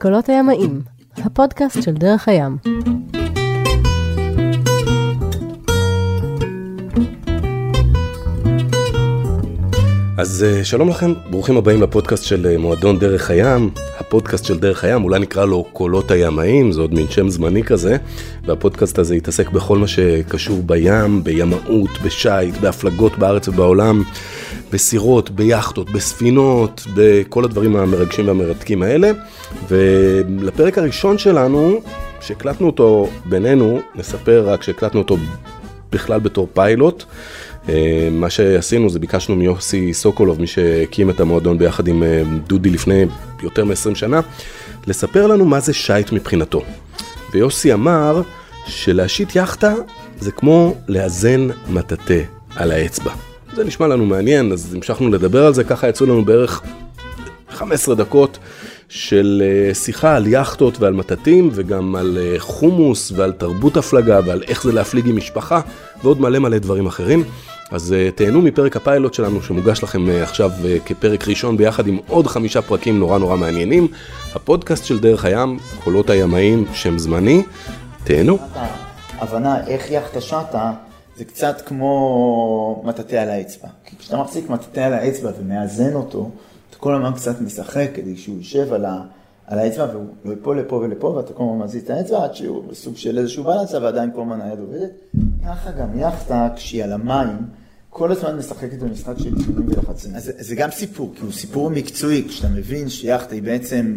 קולות הימאים, הפודקאסט של דרך הים. אז שלום לכם, ברוכים הבאים לפודקאסט של מועדון דרך הים. הפודקאסט של דרך הים, אולי נקרא לו קולות הימאים, זה עוד מין שם זמני כזה, והפודקאסט הזה יתעסק בכל מה שקשור בים, בימאות, בשייט, בהפלגות בארץ ובעולם, בסירות, ביחטות, בספינות, בכל הדברים המרגשים והמרתקים האלה. ולפרק הראשון שלנו, שהקלטנו אותו בינינו, נספר רק שהקלטנו אותו בכלל בתור פיילוט. מה שעשינו זה ביקשנו מיוסי סוקולוב, מי שהקים את המועדון ביחד עם דודי לפני יותר מ-20 שנה, לספר לנו מה זה שייט מבחינתו. ויוסי אמר שלהשיט יחטה זה כמו לאזן מטאטא על האצבע. זה נשמע לנו מעניין, אז המשכנו לדבר על זה, ככה יצאו לנו בערך 15 דקות של שיחה על יחטות ועל מטאטים, וגם על חומוס ועל תרבות הפלגה ועל איך זה להפליג עם משפחה, ועוד מלא דברים אחרים. אז תהנו מפרק הפיילוט שלנו שמוגש לכם עכשיו כפרק ראשון ביחד עם עוד 5 פרקים נורא מעניינים. הפודקאסט של דרך הים, קולות הימאים, שם זמני. תהנו. הבנה איך יחטה שטה זה קצת כמו מטאטא על האצבע. כי כשאתה מחזיק מטאטא על האצבע ומאזן אותו, אתה כל הזמן קצת משחק כדי שהוא יישב על האצבע והוא לא ייפול לפה ולפה, ואתה כל הזמן מזיז את האצבע עד שהוא בסוג של איזשהו בלנס, ועדיין כל הזמן היד עובדת. ככה גם יחטה כשהיא על המים, כל הזמן משחקת במשחק של איזונים ולחצים. אז זה גם סיפור, כי הוא סיפור מקצועי, כשאתה מבין שיחטה היא בעצם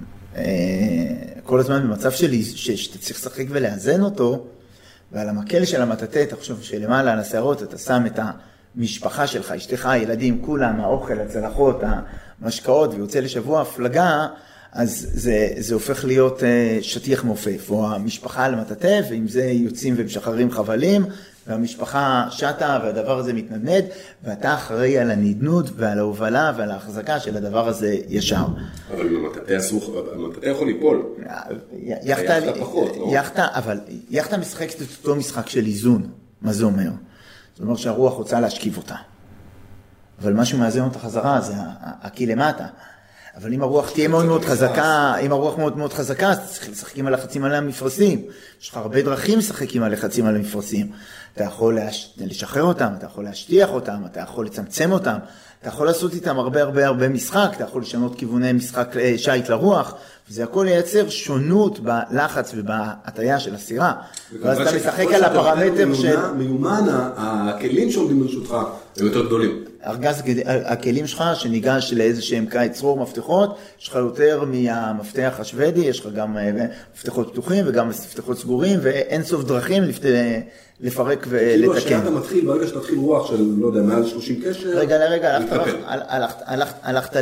כל הזמן במצב שאתה צריך לשחק ולאזן אותו, ועל המקל של המטאטא, אתה חושב שלמעלה על השערות אתה שם את המשפחה שלך, אשתך, ילדים, כולם, האוכל, הצלחות, המשקאות, ויוצא לשבוע הפלגה, אז זה הופך להיות שטיח מופף, או המשפחה על המטאטא, ועם זה יוצאים ומשחררים חבלים, והמשפחה שטה, והדבר הזה מתנדנד, ואתה אחראי על הנדנוד ועל ההובלה ועל ההחזקה של הדבר הזה ישר. אבל המטאטא יכול ליפול. יחטה פחות, לא? אבל יחטה משחקת את אותו משחק של איזון. מה זה אומר? זאת אומרת שהרוח רוצה להשכיב אותה. אבל משהו מאזן אותה חזרה, זה הקי למטה. אבל אם הרוח תהיה מאוד חזקה, אם הרוח מאוד חזקה, אז צריך לשחק עם הלחצים על המפרשים. יש לך הרבה דרכים לשחק עם הלחצים על המפרשים. אתה יכול לשחרר אותם, אתה יכול להשטיח אותם, אתה יכול לצמצם אותם, אתה יכול לעשות איתם הרבה משחק, אתה יכול לשנות כיווני משחק שייט לרוח, וזה הכל ייצר שונות בלחץ ובהטיה של הסירה. ואז אתה משחק על הפרמטר של... מיומן, הכלים שעומדים ברשותך הם יותר גדולים. ארגז הכלים שלך שניגש לאיזשהם קיץ צרור מפתחות, יש לך יותר מהמפתח השוודי, יש לך גם מפתחות פתוחים וגם מפתחות סגורים, ואין סוף דרכים לפרק ולתקן. כאילו השעה מתחיל, ברגע שתתחיל רוח של, לא יודע, מעל 30 קשר, רגע, הלכת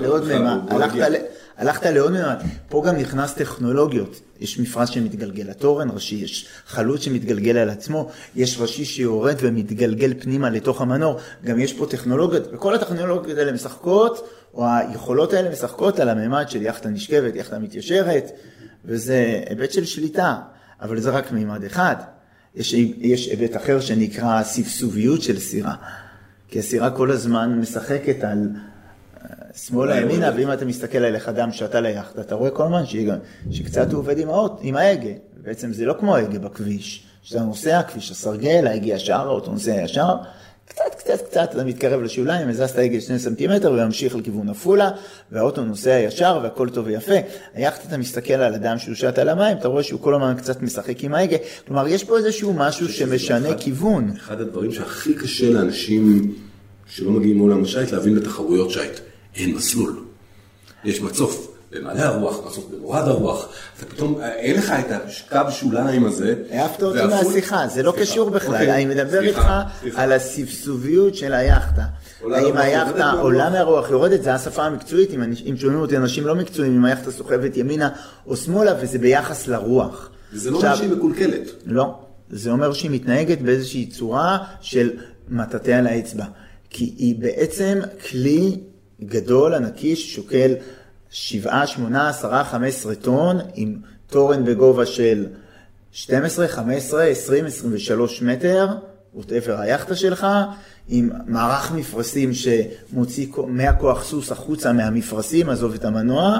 לעוד ממד. פה גם נכנס טכנולוגיות. יש מפרש שמתגלגל לתורן ראשי, יש חלוץ שמתגלגל על עצמו, יש ראשי שיורד ומתגלגל פנימה לתוך המנור. גם יש פה טכנולוגיות, וכל הטכנולוגיות האלה משחקות, או היכולות האלה משחקות על הממד של יחטה נשכבת, יחטה מתיישרת, וזה היבט של שליטה, אבל זה רק ממד אחד. יש היבט אחר שנקרא ספסוביות של סירה, כי הסירה כל הזמן משחקת על שמאל הימינה, ואם אתה מסתכל על איך אדם שתה ליחטה, אתה רואה כל הזמן שקצת הוא עובד עם ההגה. בעצם זה לא כמו ההגה בכביש, שאתה נוסע, כביש הסרגל, ההגה ישר, האוטו נוסע ישר, קצת אתה מתקרב לשוליים, מזז את ההגה 2 סנטימטר וימשיך לכיוון הפולה, והאוטו נוסע ישר והכל טוב ויפה. היחטה אתה מסתכל על אדם שהוא שט על המים, אתה רואה שהוא כל הזמן קצת משחק עם ההגה. כלומר, יש פה איזשהו משהו שמשנה כיוון. אחד הדברים שהכי קשה לאנשים שלא מגיעים מעולם השייט להבין בתחרויות שייט. אין מסלול. יש מצוף במעלה הרוח, מצוף במורד הרוח. אתה פתאום, אין לך את הקו שוליים הזה. העפת אותי מהשיחה, זה לא קשור בכלל. אני מדבר איתך על הספסוביות של היחטה. האם היחטה עולה מהרוח, יורדת, זה השפה המקצועית. אם שומעים אותי אנשים לא מקצועיים, אם היחטה סוחבת ימינה או שמאלה, וזה ביחס לרוח. וזה לא אומר שהיא מקולקלת. לא. זה אומר שהיא מתנהגת באיזושהי צורה של מטאטא על האצבע. כי היא בעצם כלי גדול, ענקי, ששוקל 7, 8, 10, 15 טון, עם תורן בגובה של 12, 15, 20, 23 מטר, whatever היחטה שלך, עם מערך מפרסים שמוציא מהכוח סוס החוצה מהמפרסים, עזוב את המנוע,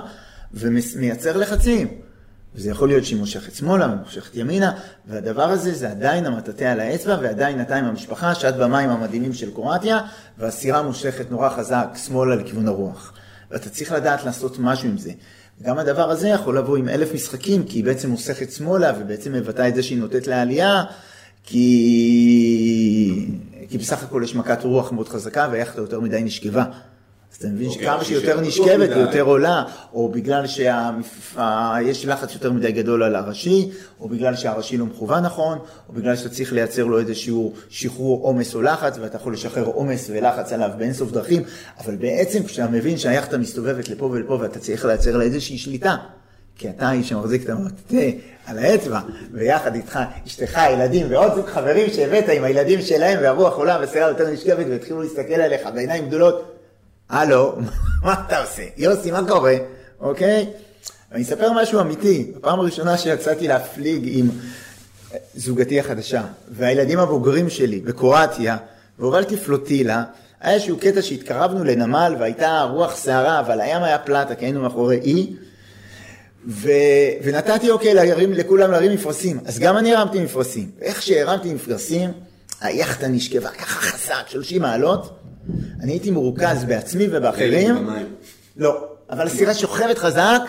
ומייצר לחצים. וזה יכול להיות שהיא מושכת שמאלה ומושכת ימינה, והדבר הזה זה עדיין המטאטא על האצבע, ועדיין אתה עם המשפחה, שאת במים המדהימים של קרואטיה, והסירה מושכת נורא חזק שמאלה לכיוון הרוח. ואתה צריך לדעת לעשות משהו עם זה. גם הדבר הזה יכול לבוא עם 1000 משחקים, כי היא בעצם מושכת שמאלה, ובעצם מבטא את זה שהיא נותנת לעלייה, כי בסך הכל יש מכת רוח מאוד חזקה, והיחדה יותר מדי נשכבה. אז אתה מבין שכמה שיותר נשכבת ויותר עולה, או בגלל שיש לחץ יותר מדי גדול על הראשי, או בגלל שהראשי לא מכוון נכון, או בגלל שאתה צריך לייצר לו איזשהו שחרור עומס או לחץ, ואתה יכול לשחרר עומס ולחץ עליו באינסוף דרכים, אבל בעצם כשאתה מבין שהיחדה מסתובבת לפה ולפה, ואתה צריך לייצר לה איזושהי שליטה, כי אתה איש שמחזיק את המטאטא על האצבע, ויחד איתך, אשתך, ילדים ועוד זוג חברים שהבאת עם הילדים שלהם, והרוח עולה והסירה יותר נשכבת, והתחילו להסתכל עליך בעיניים גדולות. הלו, מה אתה עושה? יוסי, מה קורה? אוקיי? אני אספר משהו אמיתי. בפעם הראשונה שיצאתי להפליג עם זוגתי החדשה, והילדים הבוגרים שלי בקרואטיה, והובלתי פלוטילה, היה איזשהו קטע שהתקרבנו לנמל, והייתה רוח שערה, אבל הים היה פלטה, כי היינו מאחורי אי, ונתתי לכולם להרים מפרסים. אז גם אני הרמתי מפרסים. איך שהרמתי מפרסים, היחדה נשכבה ככה חזק, 30 מעלות, אני הייתי מרוכז בעצמי ובאחרים. לא, אבל הסירה שוכבת חזק.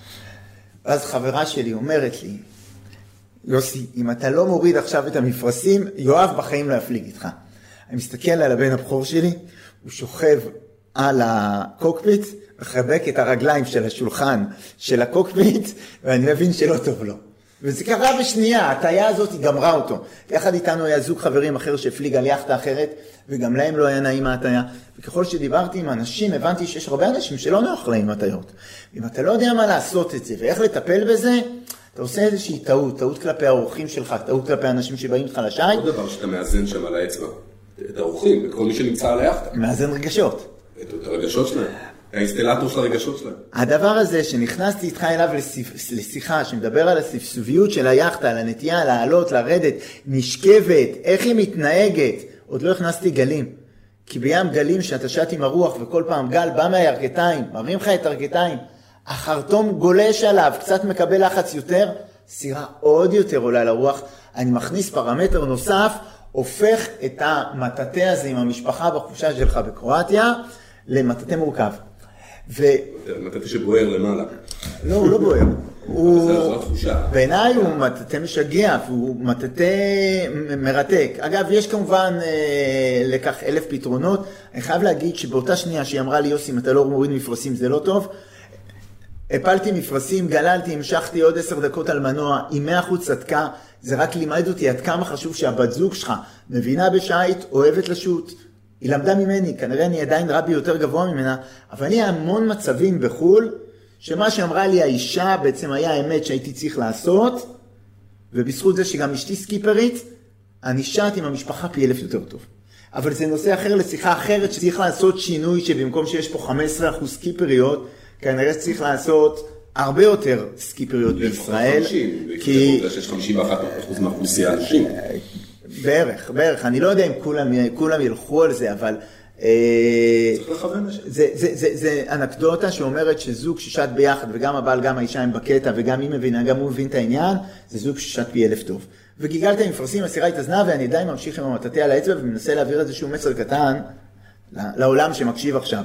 אז חברה שלי אומרת לי, יוסי, אם אתה לא מוריד עכשיו את המפרסים, יואב בחיים לא יפליג איתך. אני מסתכל על הבן הבכור שלי, הוא שוכב על הקוקפיט, מחבק את הרגליים של השולחן של הקוקפיט, ואני מבין שלא טוב לו. וזה קרה בשנייה, התאיה הזאת היא גמרה אותו. יחד איתנו היה זוג חברים אחר שהפליג על יחדה אחרת, וגם להם לא היה נעים מהתאיה. וככל שדיברתי עם אנשים, הבנתי שיש הרבה אנשים שלא נוח להם התאיות. אם אתה לא יודע מה לעשות את זה ואיך לטפל בזה, אתה עושה איזושהי טעות כלפי האורחים שלך, טעות כלפי האנשים שבאים איתך לשייט. עוד דבר שאתה מאזן שם על האצבע, את האורחים, את כל מי שנמצא על היחדה. מאזן רגשות. את הרגשות שלהם. האינסטלטור של הרגשות שלהם. הדבר הזה שנכנסתי איתך אליו לשיחה, שמדבר על הספסוביות של היחדה, על הנטייה, לעלות, לרדת, נשכבת, איך היא מתנהגת, עוד לא הכנסתי גלים. כי בים גלים שאתה שט עם הרוח וכל פעם גל בא מהירכתיים, מרים לך את הרכתיים, החרטום גולש עליו, קצת מקבל לחץ יותר, סירה עוד יותר עולה לרוח, אני מכניס פרמטר נוסף, הופך את המטאטא הזה עם המשפחה בחופשה שלך בקרואטיה, למטאטא מורכב. מטאטא שבוער למעלה. לא, הוא לא בוער. זו התחושה. בעיניי הוא מטאטא משגע, והוא מטאטא מרתק. אגב, יש כמובן לכך 1000 פתרונות. אני חייב להגיד שבאותה שנייה שהיא אמרה לי, יוסי, אם אתה לא מוריד מפרסים זה לא טוב, הפלתי מפרסים, גללתי, המשכתי עוד 10 דקות על מנוע, עם 100% צדקה, זה רק לימד אותי עד כמה חשוב שהבת זוג שלך מבינה בשייט, אוהבת לשוט, היא למדה ממני, כנראה אני עדיין רבי יותר גבוה ממנה, אבל אני המון מצבים בחול, שמה שאמרה לי האישה בעצם היה האמת שהייתי צריך לעשות, ובזכות זה שגם אשתי סקיפרית, אני שט עם המשפחה פי 1000 יותר טוב. אבל זה נושא אחר לשיחה אחרת שצריך לעשות שינוי, שבמקום שיש פה 15% סקיפריות, כנראה שצריך לעשות הרבה יותר סקיפריות בישראל. כי יש 51% מהאוכלוסייה אנשים. בערך. אני לא יודע אם כולם ילכו על זה, אבל צריך לכוון לשם. זה אנקדוטה שאומרת שזוג ששט ביחד, וגם הבעל, גם האישה הם בקטע, וגם היא מבינה, גם הוא מבין את העניין, זה זוג ששט פי 1000 טוב. וגיגלת עם מפרסים, הסירה התאזנה, ואני עדיין ממשיך עם המטאטא על האצבע, ומנסה להעביר איזשהו מסר קטן לעולם שמקשיב עכשיו.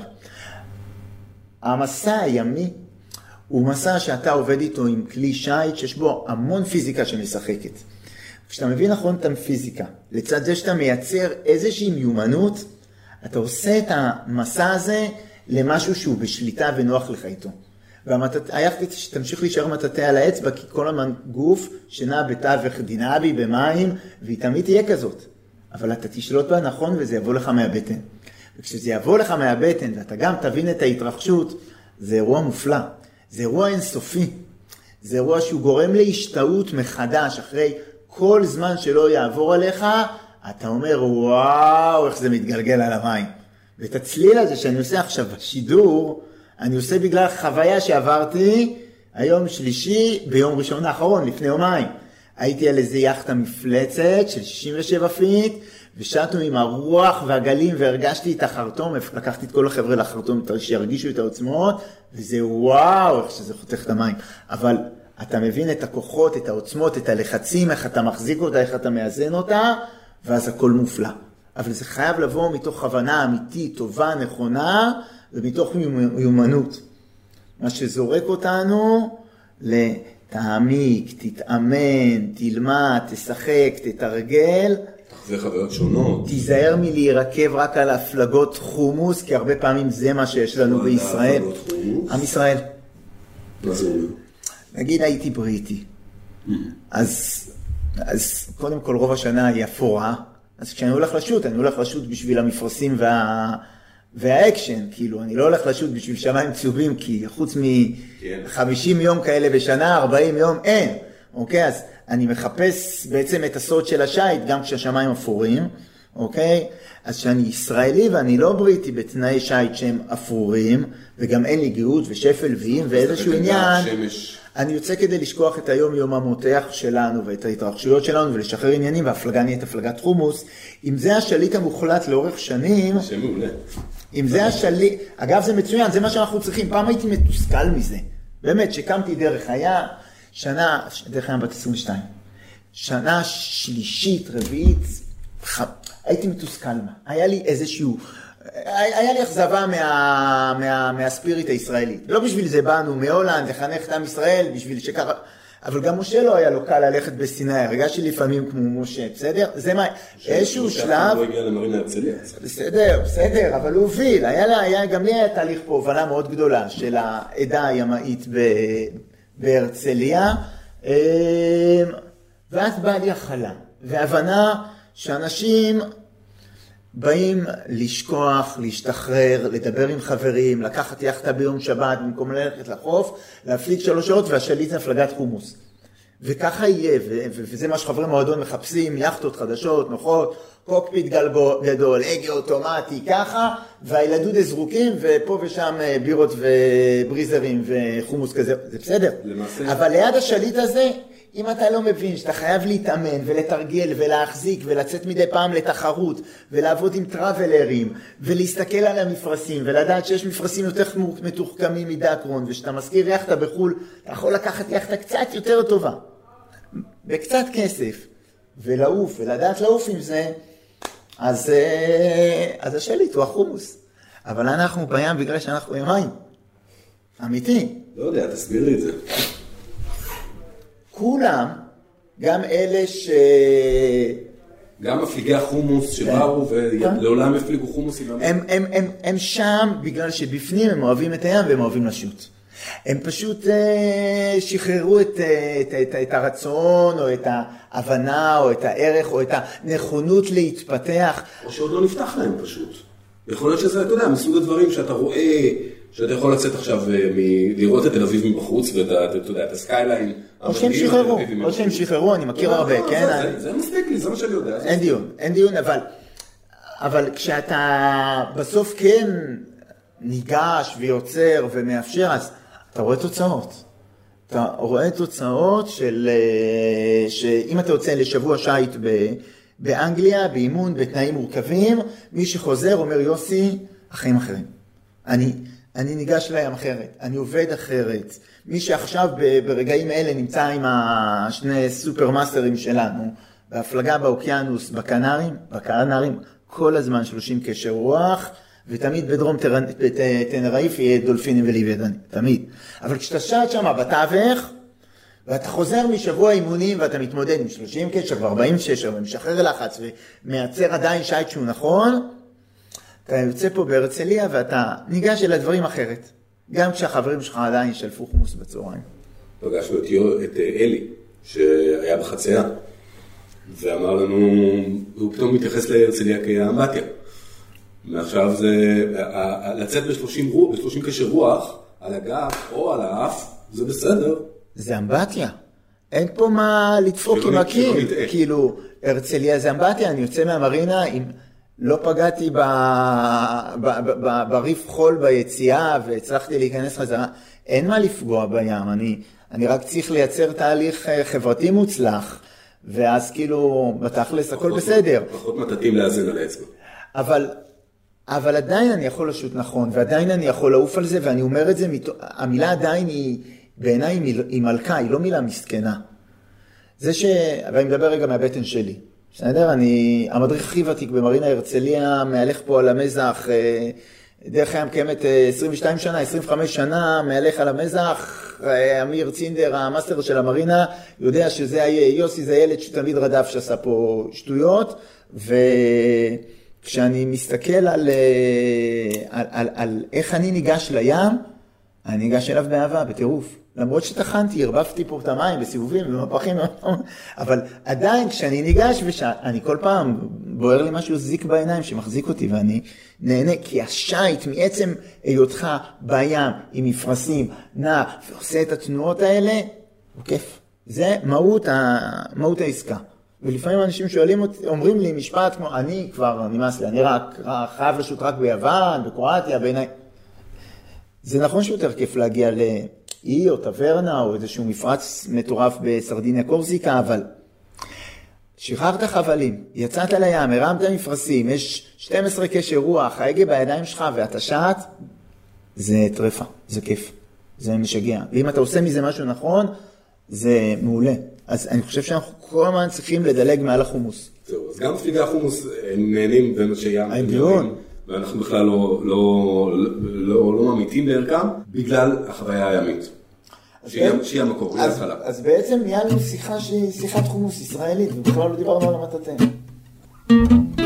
המסע הימי הוא מסע שאתה עובד איתו עם כלי שייט, שיש בו המון פיזיקה שמשחקת. כשאתה מבין נכון את הפיזיקה, לצד זה שאתה מייצר איזושהי מיומנות, אתה עושה את המסע הזה למשהו שהוא בשליטה ונוח לך איתו. והיחדה שתמשיך להישאר מטאטא על האצבע, כי כל הזמן גוף שנע בתווך דינמי במים, והיא תמיד תהיה כזאת. אבל אתה תשלוט בה נכון וזה יבוא לך מהבטן. וכשזה יבוא לך מהבטן ואתה גם תבין את ההתרחשות, זה אירוע מופלא. זה אירוע אינסופי. זה אירוע שהוא גורם להשתאות מחדש אחרי כל זמן שלא יעבור עליך, אתה אומר, וואו, איך זה מתגלגל על המים. ואת הצליל הזה שאני עושה עכשיו בשידור, אני עושה בגלל חוויה שעברתי היום שלישי, ביום ראשון האחרון, לפני יומיים. הייתי על איזה יחדה מפלצת של 67 פיט, ושטנו עם הרוח והגלים, והרגשתי את החרטום, לקחתי את כל החבר'ה לחרטום, שירגישו את העוצמות, וזה וואו, איך שזה חותך את המים. אבל אתה מבין את הכוחות, את העוצמות, את הלחצים, איך אתה מחזיק אותה, איך אתה מאזן אותה, ואז הכל מופלא. אבל זה חייב לבוא מתוך הבנה אמיתית, טובה, נכונה, ומתוך מיומנות. מה שזורק אותנו לתעמיק, תתאמן, תלמד, תשחק, תתרגל. תחווה חוויות שונות. תיזהר מלהירקב רק על הפלגות חומוס, כי הרבה פעמים זה מה שיש לנו בישראל. עם ישראל. מה זה אומר? נגיד הייתי בריטי. אז קודם כל רוב השנה היא אפורה. אז כשאני הולך לשוט, אני הולך לשוט בשביל המפרסים והאקשן, כאילו, אני לא הולך לשוט בשביל שמיים צהובים, כי חוץ מ-50 יום כאלה בשנה, 40 יום, אין. אוקיי? אז אני מחפש בעצם את הסוד של השייט, גם כשהשמיים אפורים, אוקיי? אז שאני ישראלי ואני לא בריטי בתנאי שייט שהם אפורים, וגם אין לי גאות ושפל ואים ואיזשהו עניין. אני יוצא כדי לשכוח את היום המותח שלנו ואת ההתרחשויות שלנו ולשחרר עניינים, והפלגה נהיית הפלגת חומוס. אם זה השליט המוחלט לאורך שנים, אם זה השליט, אגב זה מצוין, זה מה שאנחנו צריכים. פעם הייתי מתוסכל מזה, באמת, שקמתי דרך היה, דרך הים בת 22, שנה שלישית, רביעית, הייתי מתוסכל מה. היה לי אכזבה מהספיריט הישראלית. לא בשביל זה באנו מהולנד, לחנך את עם ישראל, בשביל שככה, אבל גם משה לא היה לו קל ללכת בסיני, הרגשתי לפעמים כמו משה, בסדר? זה מה, איזשהו שלב... לא הגיע למרינה הרצליה. בסדר, אבל הוא הוביל. גם לי היה תהליך פה, הובלה מאוד גדולה של העדה הימאית בהרצליה, ואז באה לי החלה, והבנה שאנשים באים לשכוח, להשתחרר, לדבר עם חברים, לקחת יחטה ביום שבת, במקום ללכת לחוף, להפליג 3 שעות, והשליט זה הפלגת חומוס. וככה יהיה, וזה מה שחברי מועדון מחפשים, יחטות חדשות, נוחות, קוקפיט גדול, הגה אוטומטי, ככה, והילדות זרוקים, ופה ושם בירות ובריזרים וחומוס כזה, זה בסדר. למעשה... אבל ליד השליט הזה, אם אתה לא מבין שאתה חייב להתאמן ולתרגל ולהחזיק ולצאת מדי פעם לתחרות ולעבוד עם טראבלרים ולהסתכל על המפרסים ולדעת שיש מפרסים יותר מתוחכמים מדקרון, ושאתה מזכיר יחטה בחול, אתה יכול לקחת יחטה קצת יותר טובה, בקצת כסף, ולעוף ולדעת לעוף עם זה, אז השליט הוא החומוס. אבל אנחנו בים בגלל שאנחנו ימיים. אמיתי. לא יודע, תסביר לי את זה. כולם, גם אלה גם מפליגי החומוס שבאו ולעולם הפליגו חומוס. הם שם בגלל שבפנים הם אוהבים את הים והם אוהבים לשוט. הם פשוט שחררו את הרצון או את ההבנה או את הערך או את הנכונות להתפתח. או שעוד לא נפתח להם פשוט. יכול להיות שזה, אתה יודע, מסוג הדברים שאתה רואה, שאתה יכול לצאת עכשיו לראות את תל אביב מבחוץ ואתה יודע, את הסקייליין. או שהם שחררו, אני מכיר הרבה, כן? זה מספיק לי, זה מה שאני יודע. אין דיון, אבל כשאתה בסוף כן ניגש ויוצר ומאפשר, אז אתה רואה תוצאות. אתה רואה תוצאות שאם אתה יוצא לשבוע שייט באנגליה, באימון, בתנאים מורכבים, מי שחוזר אומר, יוסי, החיים אחרים. אני ניגש לים אחרת, אני עובד אחרת. מי שעכשיו ברגעים אלה נמצא עם השני סופרמאסטרים שלנו, בהפלגה באוקיינוס, בקנרים, כל הזמן 30 קשר רוח, ותמיד בדרום תנרייף יהיה דולפינים ולוויתנים, תמיד. אבל כשאתה שט שם בתווך, ואתה חוזר משבוע אימונים ואתה מתמודד עם 30 קשר ו40 קשר ומשחרר לחץ ומייצר עדיין שייט שהוא נכון, אתה יוצא פה בהרצליה ואתה ניגש אל הדברים אחרת. גם כשהחברים שלך עדיין שלפו חומוס בצהריים. פגשנו את אלי, שהיה בחצייה, ואמר לנו, הוא פתאום מתייחס להרצליה כאמבטיה. ועכשיו זה, לצאת ב-30 קשר רוח, על הגב או על האף, זה בסדר. זה אמבטיה. אין פה מה לדפוק עם הקיר. כאילו, הרצליה זה אמבטיה, אני יוצא מהמרינה עם... לא פגעתי בריף חול ביציאה והצלחתי להיכנס חזרה. אין מה לפגוע בים. אני רק צריך לייצר תהליך חברתי מוצלח ואז כאילו, בתכלס, הכל בסדר. פחות מטטים לאזן על האצבע. אבל עדיין אני יכול לשוט נכון, ועדיין אני יכול לעוף על זה, ואני אומר את זה, המילה עדיין היא, בעיניי היא מלכה, היא לא מילה מסכנה. ואני מדבר רגע מהבטן שלי. בסדר? המדריך הכי ותיק במרינה הרצליה, מהלך פה על המזח, דרך הים קיימת 22 שנה, 25 שנה, מהלך על המזח, אמיר צינדר, המאסטר של המרינה, יודע שזה יוסי, זה ילד שתמיד רדף שעשה פה שטויות, וכשאני מסתכל על איך אני ניגש לים, אני ניגש אליו באהבה, בטירוף. למרות שתחנתי, הרבבתי פה את המים בסיבובים ובמפחים, אבל עדיין כשאני ניגש אני כל פעם בוער לי משהו זיק בעיניים שמחזיק אותי ואני נהנה, כי השייט מעצם היותך בים עם מפרסים, נע ועושה את התנועות האלה, הוא כיף. זה מהות העסקה. ולפעמים אנשים שואלים אותי, אומרים לי משפט כמו, אני כבר נמאס לי, אני חייב לשוט רק ביוון, בקרואטיה, בעיניי. זה נכון שיותר כיף להגיע לאי או טברנה או איזשהו מפרץ מטורף בסרדיניה קורסיקה, אבל שחררת חבלים, יצאת לים, הרמת מפרסים, יש 12 קשר רוח, ההגה בידיים שלך ואתה שעת, זה טרפה, זה כיף, זה משגע. ואם אתה עושה מזה משהו נכון, זה מעולה. אז אני חושב שאנחנו כל הזמן צריכים לדלג מעל החומוס. זהו, אז גם ספיגי החומוס הם נהנים בים. האינדיון. ואנחנו בכלל לא ממיתים בערכם, בגלל החוויה הימית. שהיא המקור, היא התחלה. אז בעצם ניהלנו שיחה שהיא שיחת חומוס ישראלית, ובכלל לא דיברנו על המטאטא.